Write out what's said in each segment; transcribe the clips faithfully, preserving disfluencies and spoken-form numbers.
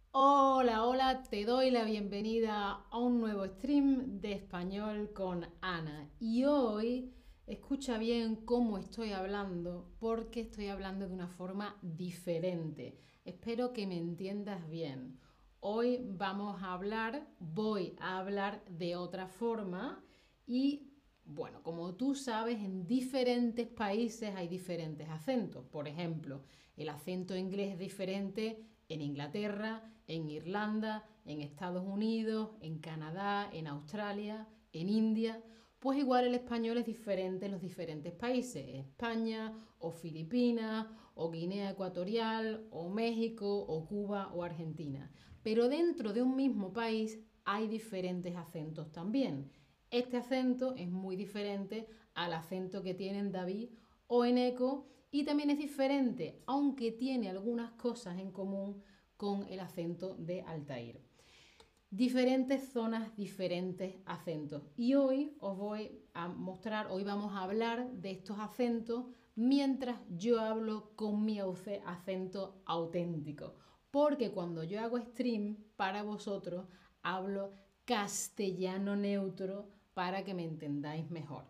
Hola, hola, te doy la bienvenida a un nuevo stream de español con Ana. Y hoy escucha bien cómo estoy hablando porque estoy hablando de una forma diferente. Espero que me entiendas bien. Hoy vamos a hablar, voy a hablar de otra forma y bueno, como tú sabes, en diferentes países hay diferentes acentos. Por ejemplo, el acento inglés es diferente en Inglaterra, en Irlanda, en Estados Unidos, en Canadá, en Australia, en India. Pues igual el español es diferente en los diferentes países, España o Filipinas o Guinea Ecuatorial o México o Cuba o Argentina. Pero dentro de un mismo país hay diferentes acentos también. Este acento es muy diferente al acento que tienen David o Eneco y también es diferente, aunque tiene algunas cosas en común con el acento de Altair. Diferentes zonas, diferentes acentos. Y hoy os voy a mostrar, hoy vamos a hablar de estos acentos mientras yo hablo con mi acento auténtico. Porque cuando yo hago stream para vosotros, hablo castellano neutro para que me entendáis mejor.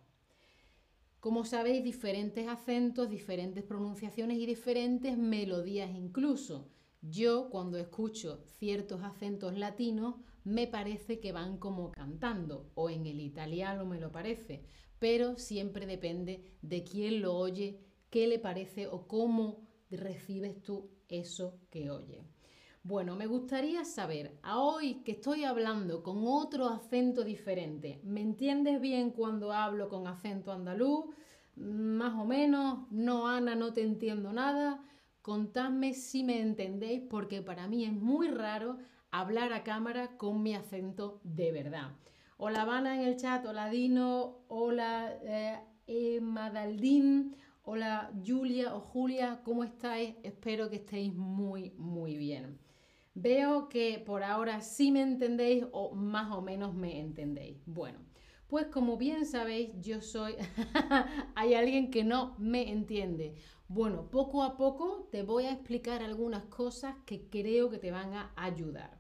Como sabéis, diferentes acentos, diferentes pronunciaciones y diferentes melodías incluso. Yo cuando escucho ciertos acentos latinos me parece que van como cantando, o en el italiano me lo parece, pero siempre depende de quién lo oye, qué le parece o cómo recibes tú eso que oye. Bueno, me gustaría saber, a hoy que estoy hablando con otro acento diferente, ¿me entiendes bien cuando hablo con acento andaluz? Más o menos, no, Ana, no te entiendo nada. Contadme si me entendéis, porque para mí es muy raro hablar a cámara con mi acento de verdad. Hola, Vana en el chat, hola Dino, hola eh, Emma Daldín, hola Julia o Julia, ¿cómo estáis? Espero que estéis muy, muy bien. Veo que por ahora sí me entendéis o más o menos me entendéis. Bueno, pues como bien sabéis, yo soy... Hay alguien que no me entiende. Bueno, poco a poco te voy a explicar algunas cosas que creo que te van a ayudar.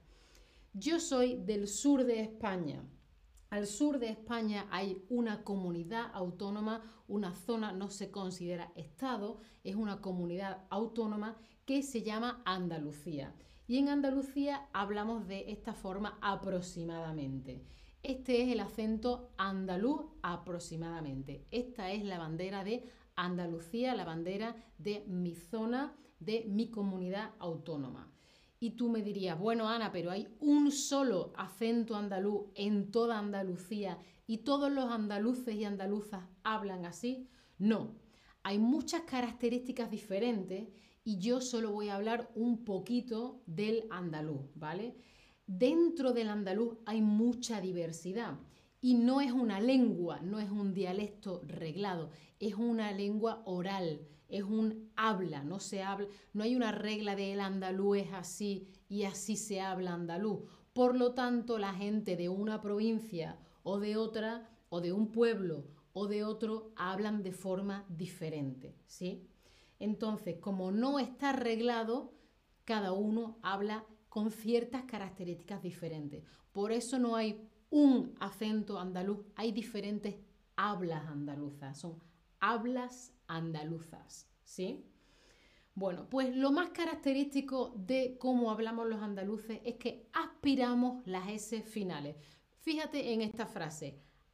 Yo soy del sur de España. Al sur de España hay una comunidad autónoma, una zona no se considera estado, es una comunidad autónoma que se llama Andalucía. Y en Andalucía hablamos de esta forma aproximadamente. Este es el acento andaluz aproximadamente. Esta es la bandera de Andalucía, la bandera de mi zona, de mi comunidad autónoma. Y tú me dirías, bueno, Ana, pero hay un solo acento andaluz en toda Andalucía y todos los andaluces y andaluzas hablan así. No, hay muchas características diferentes y yo solo voy a hablar un poquito del andaluz, ¿vale? Dentro del andaluz hay mucha diversidad y no es una lengua, no es un dialecto reglado, es una lengua oral, es un habla, no se habla, no hay una regla de el andaluz es así y así se habla andaluz. Por lo tanto, la gente de una provincia o de otra, o de un pueblo o de otro, hablan de forma diferente, ¿sí? Entonces, como no está arreglado, cada uno habla con ciertas características diferentes. Por eso no hay un acento andaluz, hay diferentes hablas andaluzas, son hablas andaluzas, ¿sí? Bueno, pues lo más característico de cómo hablamos los andaluces es que aspiramos las S finales. Fíjate en esta frase,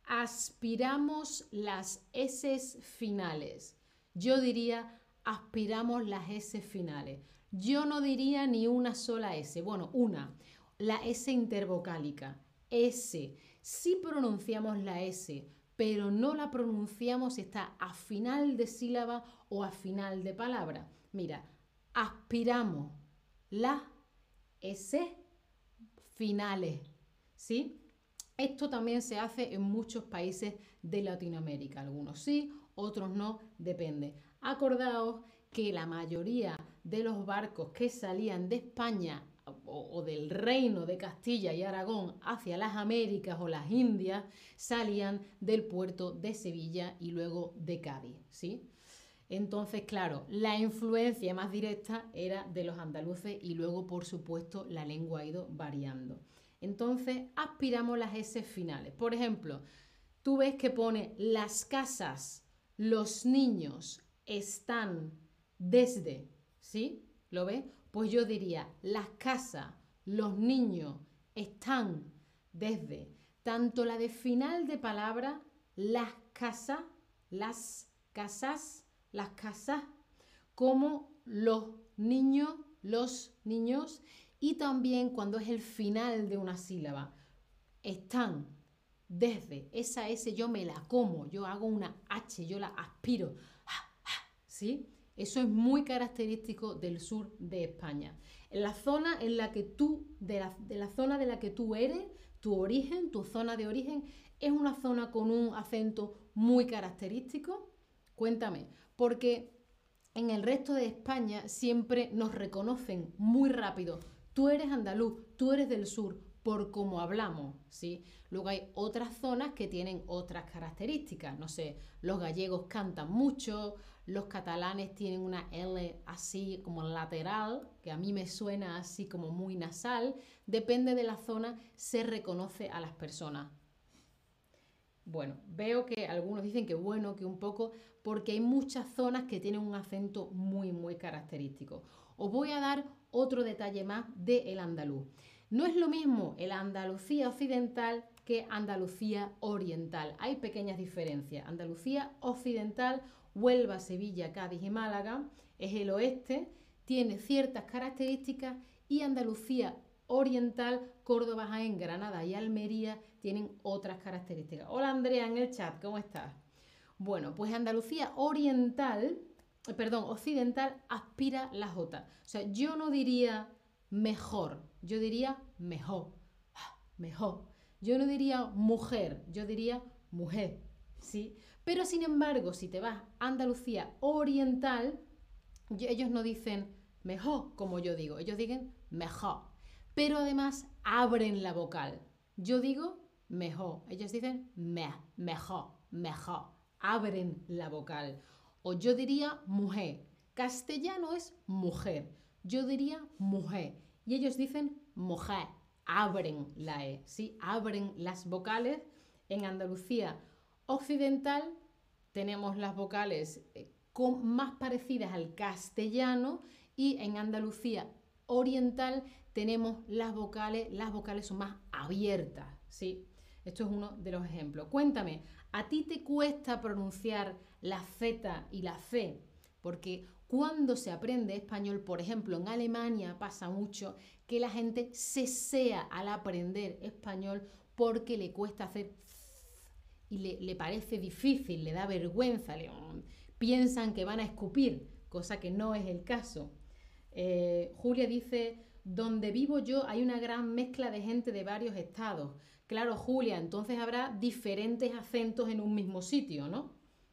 aspiramos las S finales. Yo diría, aspiramos las S finales. Yo no diría ni una sola S. Bueno, una, la S intervocálica. S. Sí pronunciamos la S, pero no la pronunciamos si está a final de sílaba o a final de palabra. Mira, aspiramos las S finales, ¿sí? Esto también se hace en muchos países de Latinoamérica, algunos sí, otros no, depende. Acordaos que la mayoría de los barcos que salían de España o, o del reino de Castilla y Aragón hacia las Américas o las Indias salían del puerto de Sevilla y luego de Cádiz, ¿sí? Entonces, claro, la influencia más directa era de los andaluces y luego, por supuesto, la lengua ha ido variando. Entonces, aspiramos las S finales. Por ejemplo, tú ves que pone las casas, los niños están desde, ¿sí? ¿Lo ves? Pues yo diría, las casas, los niños están desde. Tanto la de final de palabra, las casas, las casas, las casas, como los niños, los niños, y también cuando es el final de una sílaba, están desde. Esa S yo me la como, yo hago una H, yo la aspiro, ¿sí? Eso es muy característico del sur de España. En la zona en la que tú, de la, de la zona de la que tú eres, tu origen, tu zona de origen, es una zona con un acento muy característico. Cuéntame, porque en el resto de España siempre nos reconocen muy rápido. Tú eres andaluz, tú eres del sur, por cómo hablamos, ¿sí? Luego hay otras zonas que tienen otras características. No sé, los gallegos cantan mucho, los catalanes tienen una L así como lateral, que a mí me suena así como muy nasal. Depende de la zona, se reconoce a las personas. Bueno, veo que algunos dicen que bueno, que un poco, porque hay muchas zonas que tienen un acento muy, muy característico. Os voy a dar otro detalle más del andaluz. No es lo mismo el Andalucía occidental que Andalucía oriental. Hay pequeñas diferencias. Andalucía occidental, Huelva, Sevilla, Cádiz y Málaga, es el oeste, tiene ciertas características, y Andalucía oriental, Córdoba, Jaén, Granada y Almería tienen otras características. Hola Andrea en el chat, ¿cómo estás? Bueno, pues Andalucía oriental, eh, perdón, occidental aspira la J. O sea, yo no diría mejor, yo diría mejor, mejor. Yo no diría mujer, yo diría mujer, ¿sí? Pero sin embargo, si te vas a Andalucía oriental, ellos no dicen mejor, como yo digo, ellos dicen mejor. Pero además abren la vocal. Yo digo mejor, ellos dicen me, mejor, mejor. Abren la vocal. O yo diría mujer. Castellano es mujer. Yo diría mujer. Y ellos dicen mujer. Abren la E, ¿sí? Abren las vocales. En Andalucía occidental tenemos las vocales con, más parecidas al castellano, y en Andalucía oriental tenemos las vocales, las vocales son más abiertas, ¿sí? Esto es uno de los ejemplos. Cuéntame, ¿a ti te cuesta pronunciar la Z y la C? Porque cuando se aprende español, por ejemplo, en Alemania pasa mucho que la gente sesea al aprender español porque le cuesta hacer y le, le parece difícil, le da vergüenza, le, piensan que van a escupir, cosa que no es el caso. Eh, Julia dice, donde vivo yo hay una gran mezcla de gente de varios estados. Claro, Julia, entonces habrá diferentes acentos en un mismo sitio, ¿no?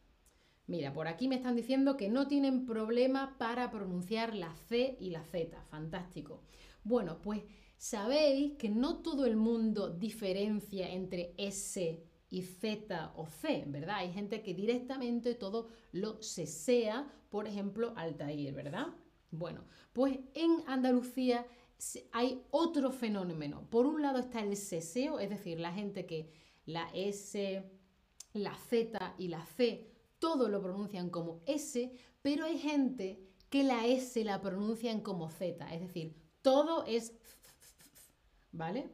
Mira, por aquí me están diciendo que no tienen problema para pronunciar la C y la Z. Fantástico. Bueno, pues sabéis que no todo el mundo diferencia entre S y Z o C, ¿verdad? Hay gente que directamente todo lo sesea, por ejemplo, Altair, ¿verdad? Bueno, pues en Andalucía hay otro fenómeno. Por un lado está el seseo, es decir, la gente que la S, la Z y la C todo lo pronuncian como S, pero hay gente que la S la pronuncian como Z, es decir, todo es ¿vale?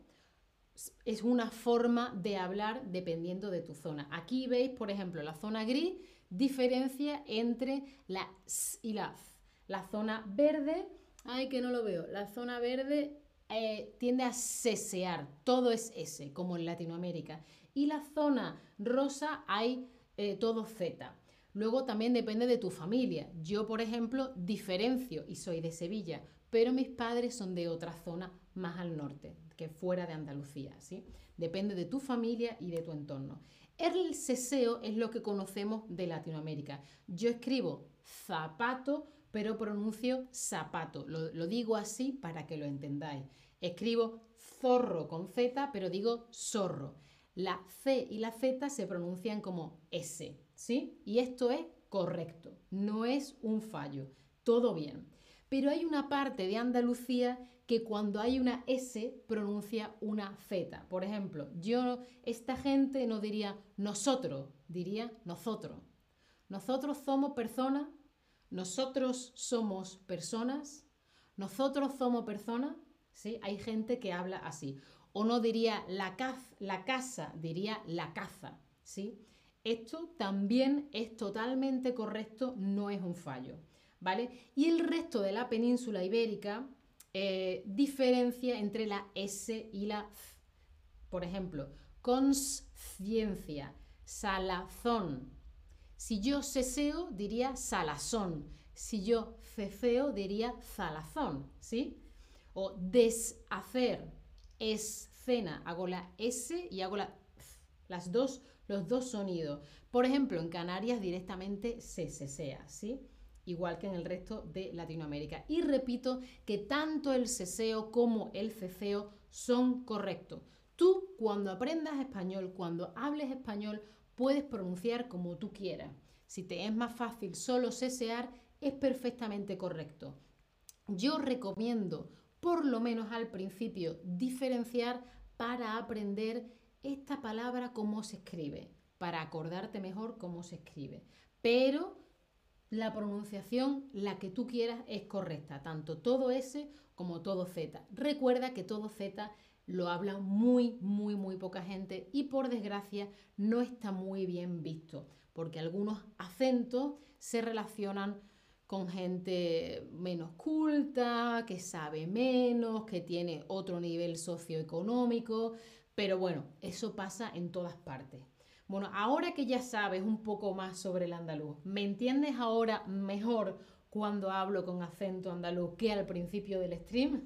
Es una forma de hablar dependiendo de tu zona. Aquí veis, por ejemplo, la zona gris diferencia entre la S y la Z. La zona verde, ay que no lo veo, la zona verde eh, tiende a sesear, todo es S, como en Latinoamérica. Y la zona rosa hay eh, todo Z. Luego también depende de tu familia. Yo, por ejemplo, diferencio y soy de Sevilla, pero mis padres son de otra zona más al norte, que fuera de Andalucía, ¿sí? Depende de tu familia y de tu entorno. El seseo es lo que conocemos de Latinoamérica. Yo escribo zapato, pero pronuncio zapato. Lo, lo digo así para que lo entendáis. Escribo zorro con Z, pero digo zorro. La C y la Z se pronuncian como S, ¿sí? Y esto es correcto, no es un fallo, todo bien. Pero hay una parte de Andalucía que cuando hay una S pronuncia una Z. Por ejemplo, yo, esta gente no diría nosotros, diría nosotros. Nosotros somos personas, nosotros somos personas, nosotros somos personas, ¿sí? Hay gente que habla así. O no diría la, caz, la casa, diría la caza, ¿sí? Esto también es totalmente correcto, no es un fallo, ¿vale? Y el resto de la península ibérica eh, diferencia entre la S y la Z. Por ejemplo, consciencia, salazón. Si yo seseo, diría salazón. Si yo ceceo, diría zalazón, ¿sí? O deshacer, escena. Hago la S y hago la Z. Las dos, los dos sonidos. Por ejemplo, en Canarias directamente se sesea, ¿sí? Igual que en el resto de Latinoamérica. Y repito que tanto el seseo como el ceceo son correctos. Tú, cuando aprendas español, cuando hables español, puedes pronunciar como tú quieras. Si te es más fácil solo sesear, es perfectamente correcto. Yo recomiendo, por lo menos al principio, diferenciar para aprender esta palabra cómo se escribe, para acordarte mejor cómo se escribe. Pero la pronunciación, la que tú quieras, es correcta, tanto todo S como todo Z. Recuerda que todo Z lo habla muy, muy, muy poca gente y por desgracia no está muy bien visto, porque algunos acentos se relacionan con gente menos culta, que sabe menos, que tiene otro nivel socioeconómico, pero bueno, eso pasa en todas partes. Bueno, ahora que ya sabes un poco más sobre el andaluz, ¿me entiendes ahora mejor cuando hablo con acento andaluz que al principio del stream?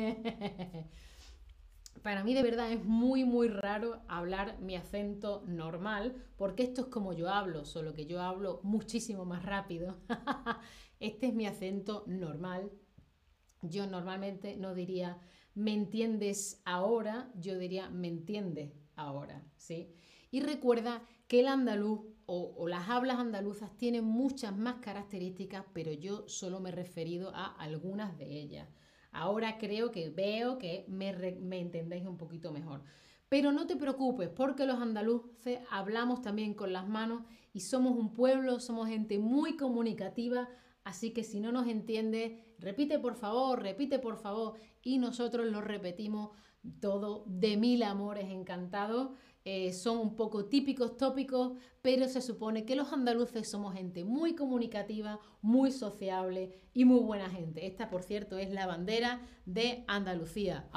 Para mí de verdad es muy muy raro hablar mi acento normal, porque esto es como yo hablo, solo que yo hablo muchísimo más rápido. Este es mi acento normal. Yo normalmente no diría me entiendes ahora, yo diría me entiendes ahora, ¿sí? Y recuerda que el andaluz o, o las hablas andaluzas tienen muchas más características, pero yo solo me he referido a algunas de ellas. Ahora creo que veo que me, re, me entendéis un poquito mejor. Pero no te preocupes, porque los andaluces hablamos también con las manos y somos un pueblo, somos gente muy comunicativa, así que si no nos entiendes, repite por favor, repite por favor, y nosotros lo repetimos todo de mil amores, encantados. Eh, son un poco típicos tópicos, pero se supone que los andaluces somos gente muy comunicativa, muy sociable y muy buena gente. Esta, por cierto, es la bandera de Andalucía.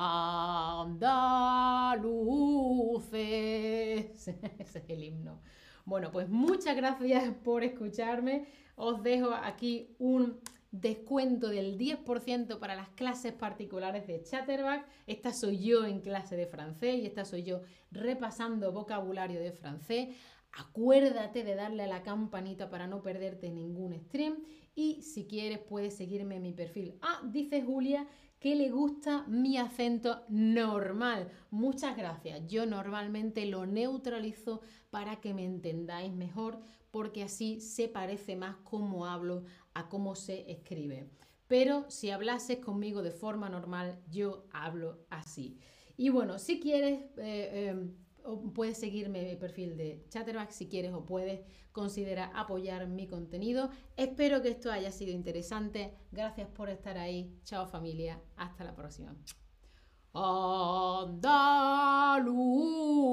Andaluces. Ese es el himno. Bueno, pues muchas gracias por escucharme. Os dejo aquí un descuento del diez por ciento para las clases particulares de Chatterback. Esta soy yo en clase de francés y esta soy yo repasando vocabulario de francés. Acuérdate de darle a la campanita para no perderte ningún stream y si quieres puedes seguirme en mi perfil. Ah, dice Julia que le gusta mi acento normal. Muchas gracias. Yo normalmente lo neutralizo para que me entendáis mejor, porque así se parece más cómo hablo a cómo se escribe. Pero si hablases conmigo de forma normal, yo hablo así. Y bueno, si quieres, eh, eh, puedes seguirme en mi perfil de Chatterback si quieres o puedes considerar apoyar mi contenido. Espero que esto haya sido interesante. Gracias por estar ahí. Chao familia. Hasta la próxima. Oh.